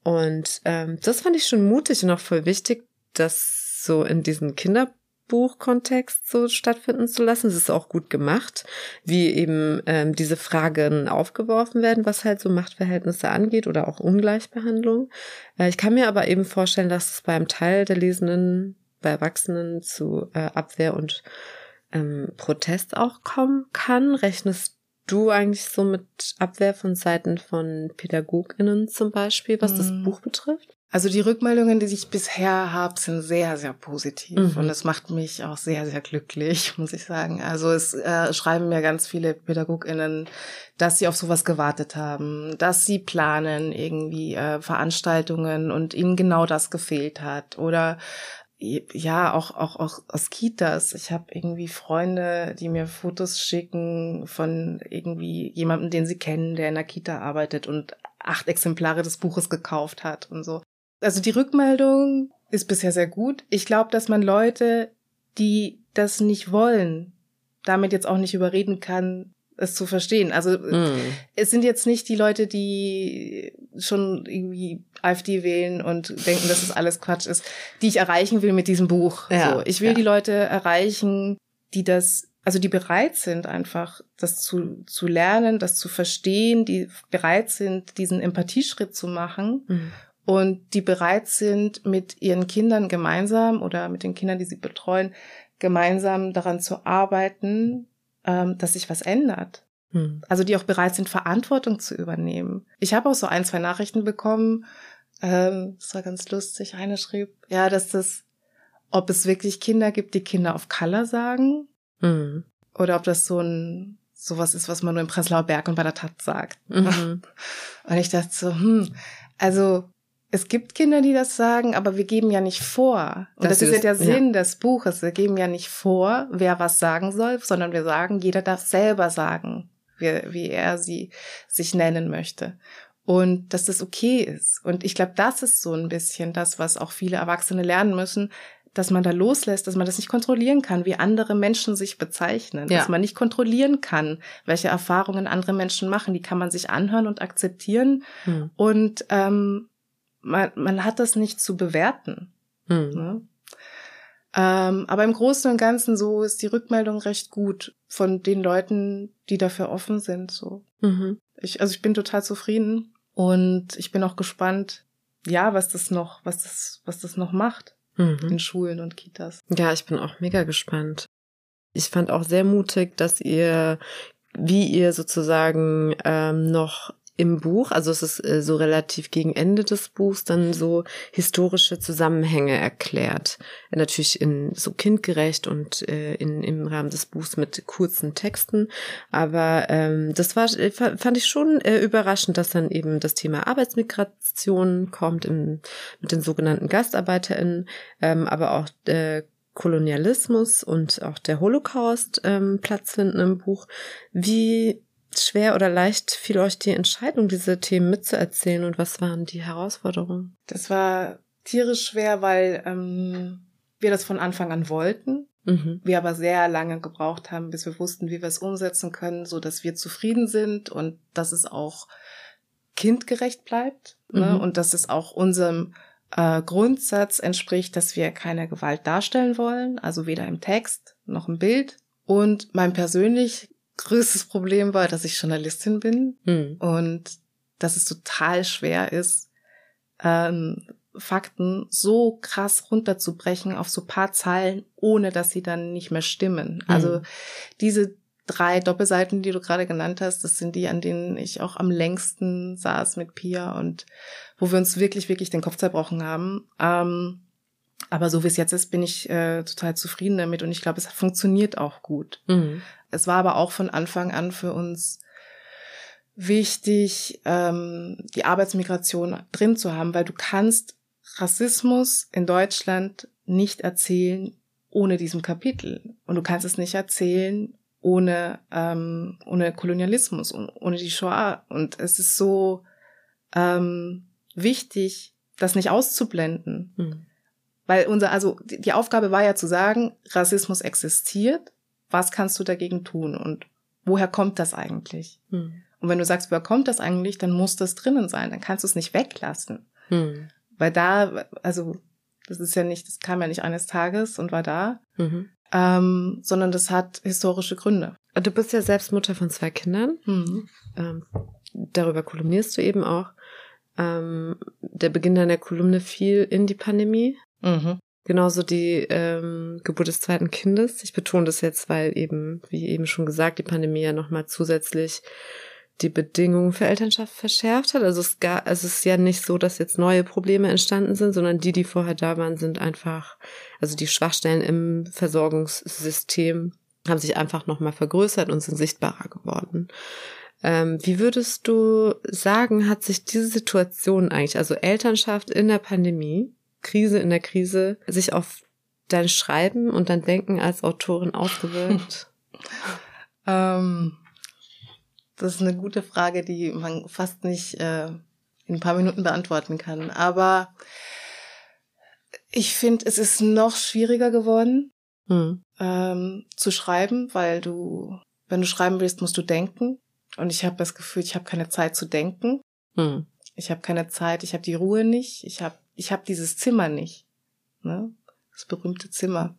Und ähm, das fand ich schon mutig und auch voll wichtig, das so in diesen Kinderbuchkontext so stattfinden zu lassen. Es ist auch gut gemacht, wie eben ähm, diese Fragen aufgeworfen werden, was halt so Machtverhältnisse angeht oder auch Ungleichbehandlung. Äh, ich kann mir aber eben vorstellen, dass es beim Teil der Lesenden, bei Erwachsenen zu äh, Abwehr und ähm, Protest auch kommen kann. Rechnest du eigentlich so mit Abwehr von Seiten von PädagogInnen zum Beispiel, was das Mhm. Buch betrifft? Also die Rückmeldungen, die ich bisher habe, sind sehr, sehr positiv. Mhm. Und es macht mich auch sehr, sehr glücklich, muss ich sagen. Also es äh, schreiben mir ganz viele PädagogInnen, dass sie auf sowas gewartet haben, dass sie planen irgendwie äh, Veranstaltungen und ihnen genau das gefehlt hat. Oder ja, auch auch auch aus Kitas. Ich habe irgendwie Freunde, die mir Fotos schicken von irgendwie jemandem, den sie kennen, der in der Kita arbeitet und acht Exemplare des Buches gekauft hat und so. Also die Rückmeldung ist bisher sehr gut. Ich glaube, dass man Leute, die das nicht wollen, damit jetzt auch nicht überreden kann, es zu verstehen. Also mm. es sind jetzt nicht die Leute, die schon irgendwie AfD wählen und denken, dass das alles Quatsch ist, die ich erreichen will mit diesem Buch. Ja, so, ich will ja. die Leute erreichen, die das, also die bereit sind, einfach das zu zu lernen, das zu verstehen, die bereit sind, diesen Empathieschritt zu machen. Mm. Und die bereit sind, mit ihren Kindern gemeinsam oder mit den Kindern, die sie betreuen, gemeinsam daran zu arbeiten, ähm, dass sich was ändert. Hm. Also die auch bereit sind, Verantwortung zu übernehmen. Ich habe auch so ein, zwei Nachrichten bekommen, ähm, das war ganz lustig, eine schrieb, ja, dass das, ob es wirklich Kinder gibt, die Kinder of Color sagen, hm. oder ob das so ein sowas ist, was man nur im Prenzlauer Berg und bei der Taz sagt. Mhm. Und ich dachte so, hm, also es gibt Kinder, die das sagen, aber wir geben ja nicht vor. Und das, das ist ja der Sinn ja. des Buches. Wir geben ja nicht vor, wer was sagen soll, sondern wir sagen, jeder darf selber sagen, wie, wie er sie sich nennen möchte. Und dass das okay ist. Und ich glaube, das ist so ein bisschen das, was auch viele Erwachsene lernen müssen, dass man da loslässt, dass man das nicht kontrollieren kann, wie andere Menschen sich bezeichnen. Ja. Dass man nicht kontrollieren kann, welche Erfahrungen andere Menschen machen. Die kann man sich anhören und akzeptieren. Hm. Und ähm, Man, man hat das nicht zu bewerten. Hm. Ne? Ähm, aber im Großen und Ganzen so ist die Rückmeldung recht gut von den Leuten, die dafür offen sind. So, mhm. ich, also ich bin total zufrieden und ich bin auch gespannt, ja, was das noch, was das, was das noch macht mhm. in Schulen und Kitas. Ja, ich bin auch mega gespannt. Ich fand auch sehr mutig, dass ihr, wie ihr sozusagen ähm, noch im Buch, also es ist äh, so relativ gegen Ende des Buchs, dann so historische Zusammenhänge erklärt. Äh, natürlich in so kindgerecht und äh, in im Rahmen des Buchs mit kurzen Texten. Aber ähm, das war äh, fand ich schon äh, überraschend, dass dann eben das Thema Arbeitsmigration kommt im, mit den sogenannten GastarbeiterInnen, ähm, aber auch äh, Kolonialismus und auch der Holocaust ähm, Platz finden im Buch. Wie schwer oder leicht fiel euch die Entscheidung, diese Themen mitzuerzählen und was waren die Herausforderungen? Das war tierisch schwer, weil ähm, wir das von Anfang an wollten. Mhm. Wir aber sehr lange gebraucht haben, bis wir wussten, wie wir es umsetzen können, so dass wir zufrieden sind und dass es auch kindgerecht bleibt, mhm. ne? Und dass es auch unserem äh, Grundsatz entspricht, dass wir keine Gewalt darstellen wollen, also weder im Text noch im Bild. Und mein persönlich größtes Problem war, dass ich Journalistin bin mhm. und dass es total schwer ist, ähm, Fakten so krass runterzubrechen auf so paar Zeilen, ohne dass sie dann nicht mehr stimmen. Mhm. Also diese drei Doppelseiten, die du gerade genannt hast, das sind die, an denen ich auch am längsten saß mit Pia und wo wir uns wirklich, wirklich den Kopf zerbrochen haben. Ähm, aber so wie es jetzt ist, bin ich äh, total zufrieden damit und ich glaube, es funktioniert auch gut. Mhm. Es war aber auch von Anfang an für uns wichtig, ähm, die Arbeitsmigration drin zu haben, weil du kannst Rassismus in Deutschland nicht erzählen ohne diesem Kapitel. Und du kannst es nicht erzählen ohne ähm, ohne Kolonialismus und ohne die Shoah. Und es ist so ähm, wichtig, das nicht auszublenden. Mhm. Weil unser, also die Aufgabe war ja zu sagen, Rassismus existiert, was kannst du dagegen tun und woher kommt das eigentlich? Hm. Und wenn du sagst, woher kommt das eigentlich, dann muss das drinnen sein, dann kannst du es nicht weglassen. Mhm. Weil da, also das ist ja nicht, das kam ja nicht eines Tages und war da, Mhm. ähm, sondern das hat historische Gründe. Du bist ja selbst Mutter von zwei Kindern. Mhm. Ähm, darüber kolumnierst du eben auch. Ähm, der Beginn deiner Kolumne fiel in die Pandemie. Mhm. Genauso die ähm, Geburt des zweiten Kindes. Ich betone das jetzt, weil eben, wie eben schon gesagt, die Pandemie ja nochmal zusätzlich die Bedingungen für Elternschaft verschärft hat. Also es, gar, also es ist ja nicht so, dass jetzt neue Probleme entstanden sind, sondern die, die vorher da waren, sind einfach, also die Schwachstellen im Versorgungssystem haben sich einfach nochmal vergrößert und sind sichtbarer geworden. Ähm, wie würdest du sagen, hat sich diese Situation eigentlich, also Elternschaft in der Pandemie, Krise in der Krise, sich auf dein Schreiben und dein Denken als Autorin ausgewirkt? ähm, das ist eine gute Frage, die man fast nicht äh, in ein paar Minuten beantworten kann. Aber ich finde, es ist noch schwieriger geworden, Hm. ähm, zu schreiben, weil du, wenn du schreiben willst, musst du denken. Und ich habe das Gefühl, ich habe keine Zeit zu denken. Hm. Ich habe keine Zeit, ich habe die Ruhe nicht. Ich habe ich hab dieses Zimmer nicht. Ne? Das berühmte Zimmer.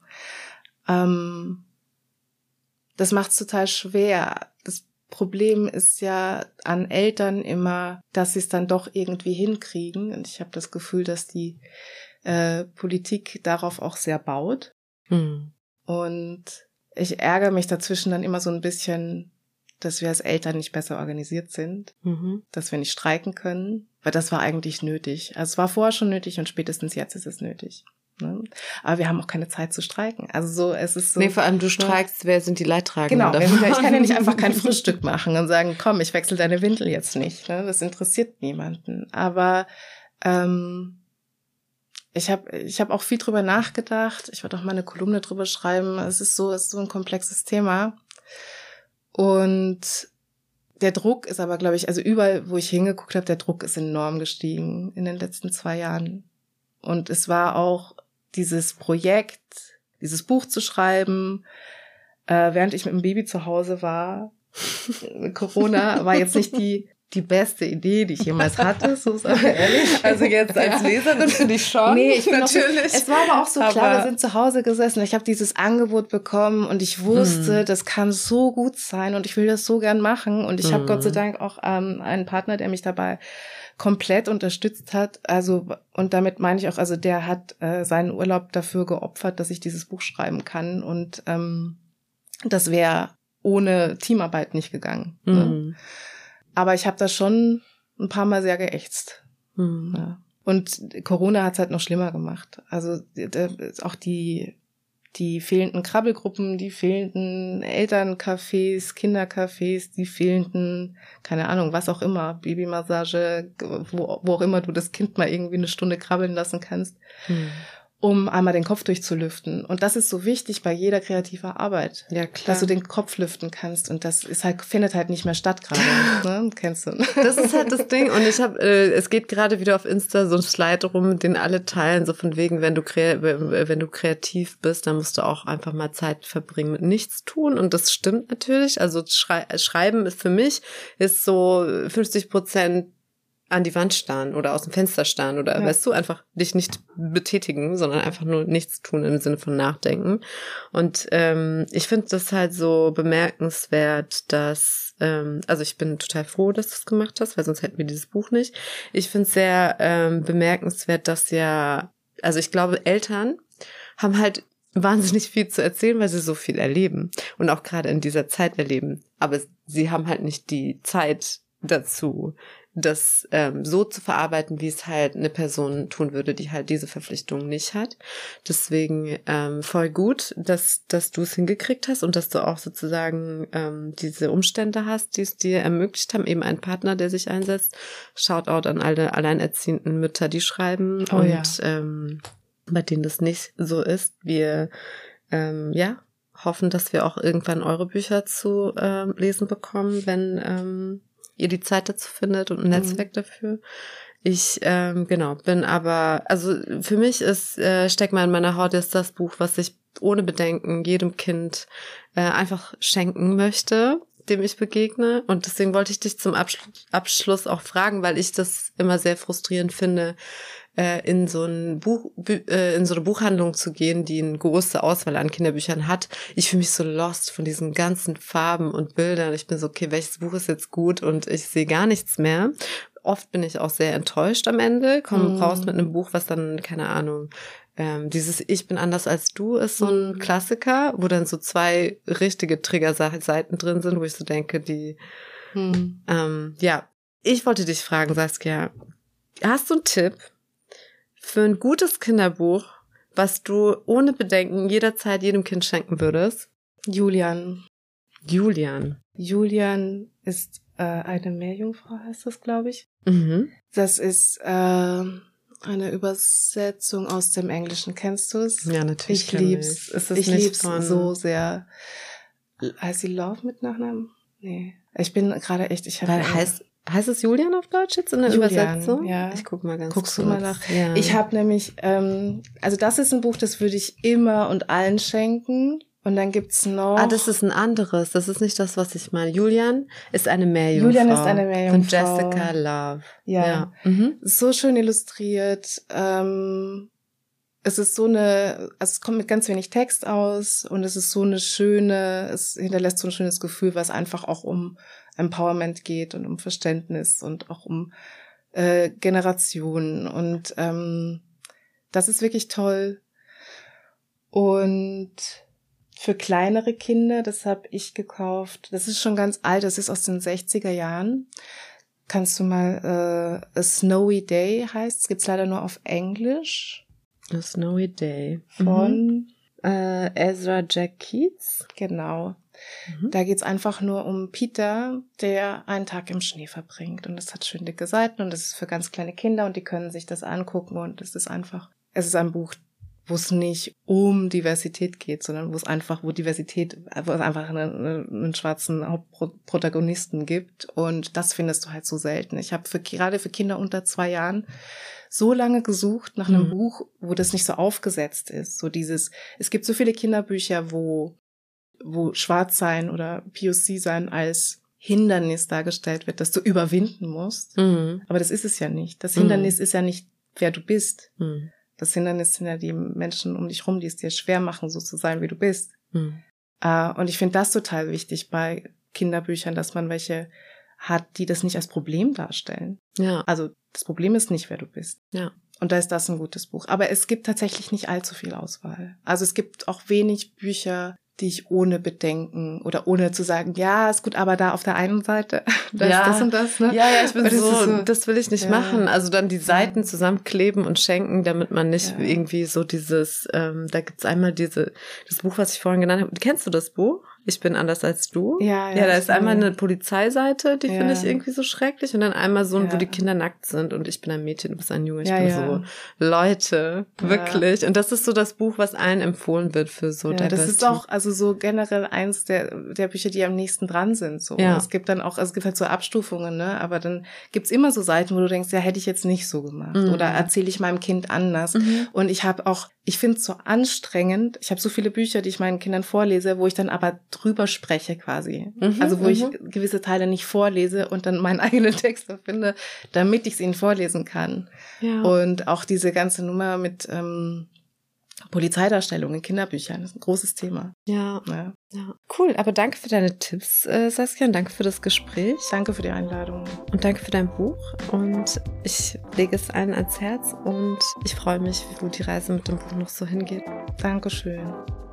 Ähm, das macht es total schwer. Das Problem ist ja an Eltern immer, dass sie es dann doch irgendwie hinkriegen. Und ich habe das Gefühl, dass die äh, Politik darauf auch sehr baut. Hm. Und ich ärgere mich dazwischen dann immer so ein bisschen, dass wir als Eltern nicht besser organisiert sind, Mhm. dass wir nicht streiken können, weil das war eigentlich nötig. Also es war vorher schon nötig und spätestens jetzt ist es nötig. Ne? Aber wir haben auch keine Zeit zu streiken. Also so, es ist so. Nee, vor allem du streikst, wer sind die Leidtragenden? Genau, davon? Ich kann ja nicht einfach kein Frühstück machen und sagen, komm, ich wechsle deine Windel jetzt nicht. Ne? Das interessiert niemanden. Aber ähm, ich habe ich hab auch viel drüber nachgedacht. Ich wollte auch mal eine Kolumne drüber schreiben. Es ist so, es ist so ein komplexes Thema. Und der Druck ist aber, glaube ich, also überall, wo ich hingeguckt habe, der Druck ist enorm gestiegen in den letzten zwei Jahren. Und es war auch dieses Projekt, dieses Buch zu schreiben, äh, während ich mit dem Baby zu Hause war. Corona war jetzt nicht die die beste Idee, die ich jemals hatte, so ist aber ehrlich. Also jetzt als Leserin für dich schon? Nee, ich bin natürlich. Noch, es war aber auch so aber klar, wir sind zu Hause gesessen, ich habe dieses Angebot bekommen und ich wusste, mm. das kann so gut sein und ich will das so gern machen und ich mm. habe Gott sei Dank auch ähm, einen Partner, der mich dabei komplett unterstützt hat, also und damit meine ich auch, also der hat äh, seinen Urlaub dafür geopfert, dass ich dieses Buch schreiben kann und ähm, das wäre ohne Teamarbeit nicht gegangen. Mm. Ne? Aber ich habe da schon ein paar Mal sehr geächtzt. Mhm. Ja. Und Corona hat es halt noch schlimmer gemacht. Also auch die die fehlenden Krabbelgruppen, die fehlenden Elterncafés, Kindercafés, die fehlenden, keine Ahnung, was auch immer, Babymassage, wo, wo auch immer du das Kind mal irgendwie eine Stunde krabbeln lassen kannst. Mhm. Um einmal den Kopf durchzulüften. Und das ist so wichtig bei jeder kreativer Arbeit. Ja, klar. Dass du den Kopf lüften kannst. Und das ist halt, findet halt nicht mehr statt gerade. Ne? Kennst du? Das ist halt das Ding. Und ich habe, äh, es geht gerade wieder auf Insta so ein Slide rum, den alle teilen, so von wegen, wenn du kre- wenn du kreativ bist, dann musst du auch einfach mal Zeit verbringen mit nichts tun. Und das stimmt natürlich. Also Schrei- Schreiben ist für mich, ist so fünfzig Prozent an die Wand starren oder aus dem Fenster starren oder, ja. weißt du, einfach dich nicht betätigen, sondern einfach nur nichts tun im Sinne von nachdenken. Und ähm, ich finde das halt so bemerkenswert, dass, ähm, also ich bin total froh, dass du es gemacht hast, weil sonst hätten wir dieses Buch nicht. Ich finde es sehr ähm, bemerkenswert, dass ja, also ich glaube, Eltern haben halt wahnsinnig viel zu erzählen, weil sie so viel erleben und auch gerade in dieser Zeit erleben. Aber sie haben halt nicht die Zeit dazu, das ähm, so zu verarbeiten, wie es halt eine Person tun würde, die halt diese Verpflichtung nicht hat. Deswegen ähm, voll gut, dass dass du es hingekriegt hast und dass du auch sozusagen ähm, diese Umstände hast, die es dir ermöglicht haben, eben einen Partner, der sich einsetzt. Shoutout an alle alleinerziehenden Mütter, die schreiben oh, und ja. ähm, bei denen das nicht so ist. Wir ähm, ja hoffen, dass wir auch irgendwann eure Bücher zu ähm, lesen bekommen, wenn ähm, ihr die Zeit dazu findet und ein Netzwerk mhm. dafür. Ich, ähm, genau, bin aber, also für mich ist äh, Steck mal in meiner Haut ist das Buch, was ich ohne Bedenken jedem Kind äh, einfach schenken möchte. dem ich begegne. Und deswegen wollte ich dich zum Abschluss, Abschluss auch fragen, weil ich das immer sehr frustrierend finde, äh, in so ein Buch, äh, in so eine Buchhandlung zu gehen, die eine große Auswahl an Kinderbüchern hat. Ich fühle mich so lost von diesen ganzen Farben und Bildern. Ich bin so, okay, welches Buch ist jetzt gut? Und ich sehe gar nichts mehr. Oft bin ich auch sehr enttäuscht am Ende, komme mm. raus mit einem Buch, was dann, keine Ahnung, Ähm, dieses Ich bin anders als du ist so ein Klassiker, wo dann so zwei richtige Triggerseiten drin sind, wo ich so denke, die, hm. ähm, ja, ich wollte dich fragen, Saskia, hast du einen Tipp für ein gutes Kinderbuch, was du ohne Bedenken jederzeit jedem Kind schenken würdest? Julian. Julian. Julian ist äh, eine Meerjungfrau, heißt das, glaube ich. Mhm. Das ist äh, eine Übersetzung aus dem Englischen. Kennst du es? Ja, natürlich. Ich lieb's. Ist es ich nicht lieb's von... so sehr. Heißt sie Love mit Nachnamen? Nee. Ich bin gerade echt, ich habe... Heißt, heißt es Julian auf Deutsch jetzt in der Julian, Übersetzung? Ja. Ich guck mal ganz Guckst kurz. du mal nach? Ja. Ich habe nämlich, ähm, also das ist ein Buch, das würde ich immer und allen schenken. Und dann gibt's noch... Ah, das ist ein anderes. Das ist nicht das, was ich meine. Julian ist eine Meerjungfrau. Julian ist eine Meerjungfrau. Von Jessica Love. Ja. ja. Mhm. So schön illustriert. Ähm, es ist so eine... Also es kommt mit ganz wenig Text aus. Und es ist so eine schöne... Es hinterlässt so ein schönes Gefühl, was einfach auch um Empowerment geht und um Verständnis und auch um äh, Generationen. Und ähm, das ist wirklich toll. Und... Für kleinere Kinder, das habe ich gekauft. Das ist schon ganz alt, das ist aus den sechziger Jahren. Kannst du mal, äh, A Snowy Day heißt, es gibt's leider nur auf Englisch. A Snowy Day. Von mhm. äh, Ezra Jack Keats. Genau. Mhm. Da geht's einfach nur um Peter, der einen Tag im Schnee verbringt. Und das hat schön dicke Seiten und das ist für ganz kleine Kinder und die können sich das angucken und es ist einfach, es ist ein Buch, wo es nicht um Diversität geht, sondern wo es einfach, wo Diversität, wo es einfach einen, einen schwarzen Hauptprotagonisten gibt. Und das findest du halt so selten. Ich habe für, gerade für Kinder unter zwei Jahren so lange gesucht nach einem mhm. Buch, wo das nicht so aufgesetzt ist. So dieses, es gibt so viele Kinderbücher, wo, wo schwarz sein oder P O C sein als Hindernis dargestellt wird, das du überwinden musst. Mhm. Aber das ist es ja nicht. Das Hindernis mhm. ist ja nicht, wer du bist. Mhm. Das Hindernis sind ja die Menschen um dich rum, die es dir schwer machen, so zu sein, wie du bist. Hm. Uh, und ich finde das total wichtig bei Kinderbüchern, dass man welche hat, die das nicht als Problem darstellen. Ja. Also das Problem ist nicht, wer du bist. Ja. Und da ist das ein gutes Buch. Aber es gibt tatsächlich nicht allzu viel Auswahl. Also es gibt auch wenig Bücher, die ich ohne Bedenken oder ohne zu sagen, ja, ist gut, aber da auf der einen Seite, da ja. ist das und das, ne? Ja, ja, ich bin das so, so, das will ich nicht ja. machen. Also dann die Seiten ja. zusammenkleben und schenken, damit man nicht ja. irgendwie so dieses, ähm, da gibt's einmal diese, das Buch, was ich vorhin genannt habe. Kennst du das Buch? Ich bin anders als du. Ja, ja. Ja, da ist einmal eine Polizeiseite, die ja. finde ich irgendwie so schrecklich. Und dann einmal so, ja. wo die Kinder nackt sind und ich bin ein Mädchen, du bist ein Junge. Ich ja, bin ja. so, Leute, wirklich. Ja. Und das ist so das Buch, was allen empfohlen wird für so ja, Diversity. Das ist auch, also so generell eins der, der Bücher, die am nächsten dran sind. So. Ja. Es gibt dann auch, also es gibt halt so Abstufungen, ne? Aber dann gibt's immer so Seiten, wo du denkst, ja, hätte ich jetzt nicht so gemacht. Mhm. Oder erzähle ich meinem Kind anders. Mhm. Und ich habe auch, ich finde es so anstrengend. Ich habe so viele Bücher, die ich meinen Kindern vorlese, wo ich dann aber drüber spreche quasi. Mhm, also wo mhm. ich gewisse Teile nicht vorlese und dann meinen eigenen Text finde, damit ich es ihnen vorlesen kann. Ja. Und auch diese ganze Nummer mit ähm, Polizeidarstellung in Kinderbüchern ist ein großes Thema. Ja. ja, ja. Cool, aber danke für deine Tipps, äh, Saskia, und danke für das Gespräch. Danke für die Einladung. Und danke für dein Buch. Und ich lege es allen ans Herz und ich freue mich, wo die Reise mit dem Buch noch so hingeht. Dankeschön.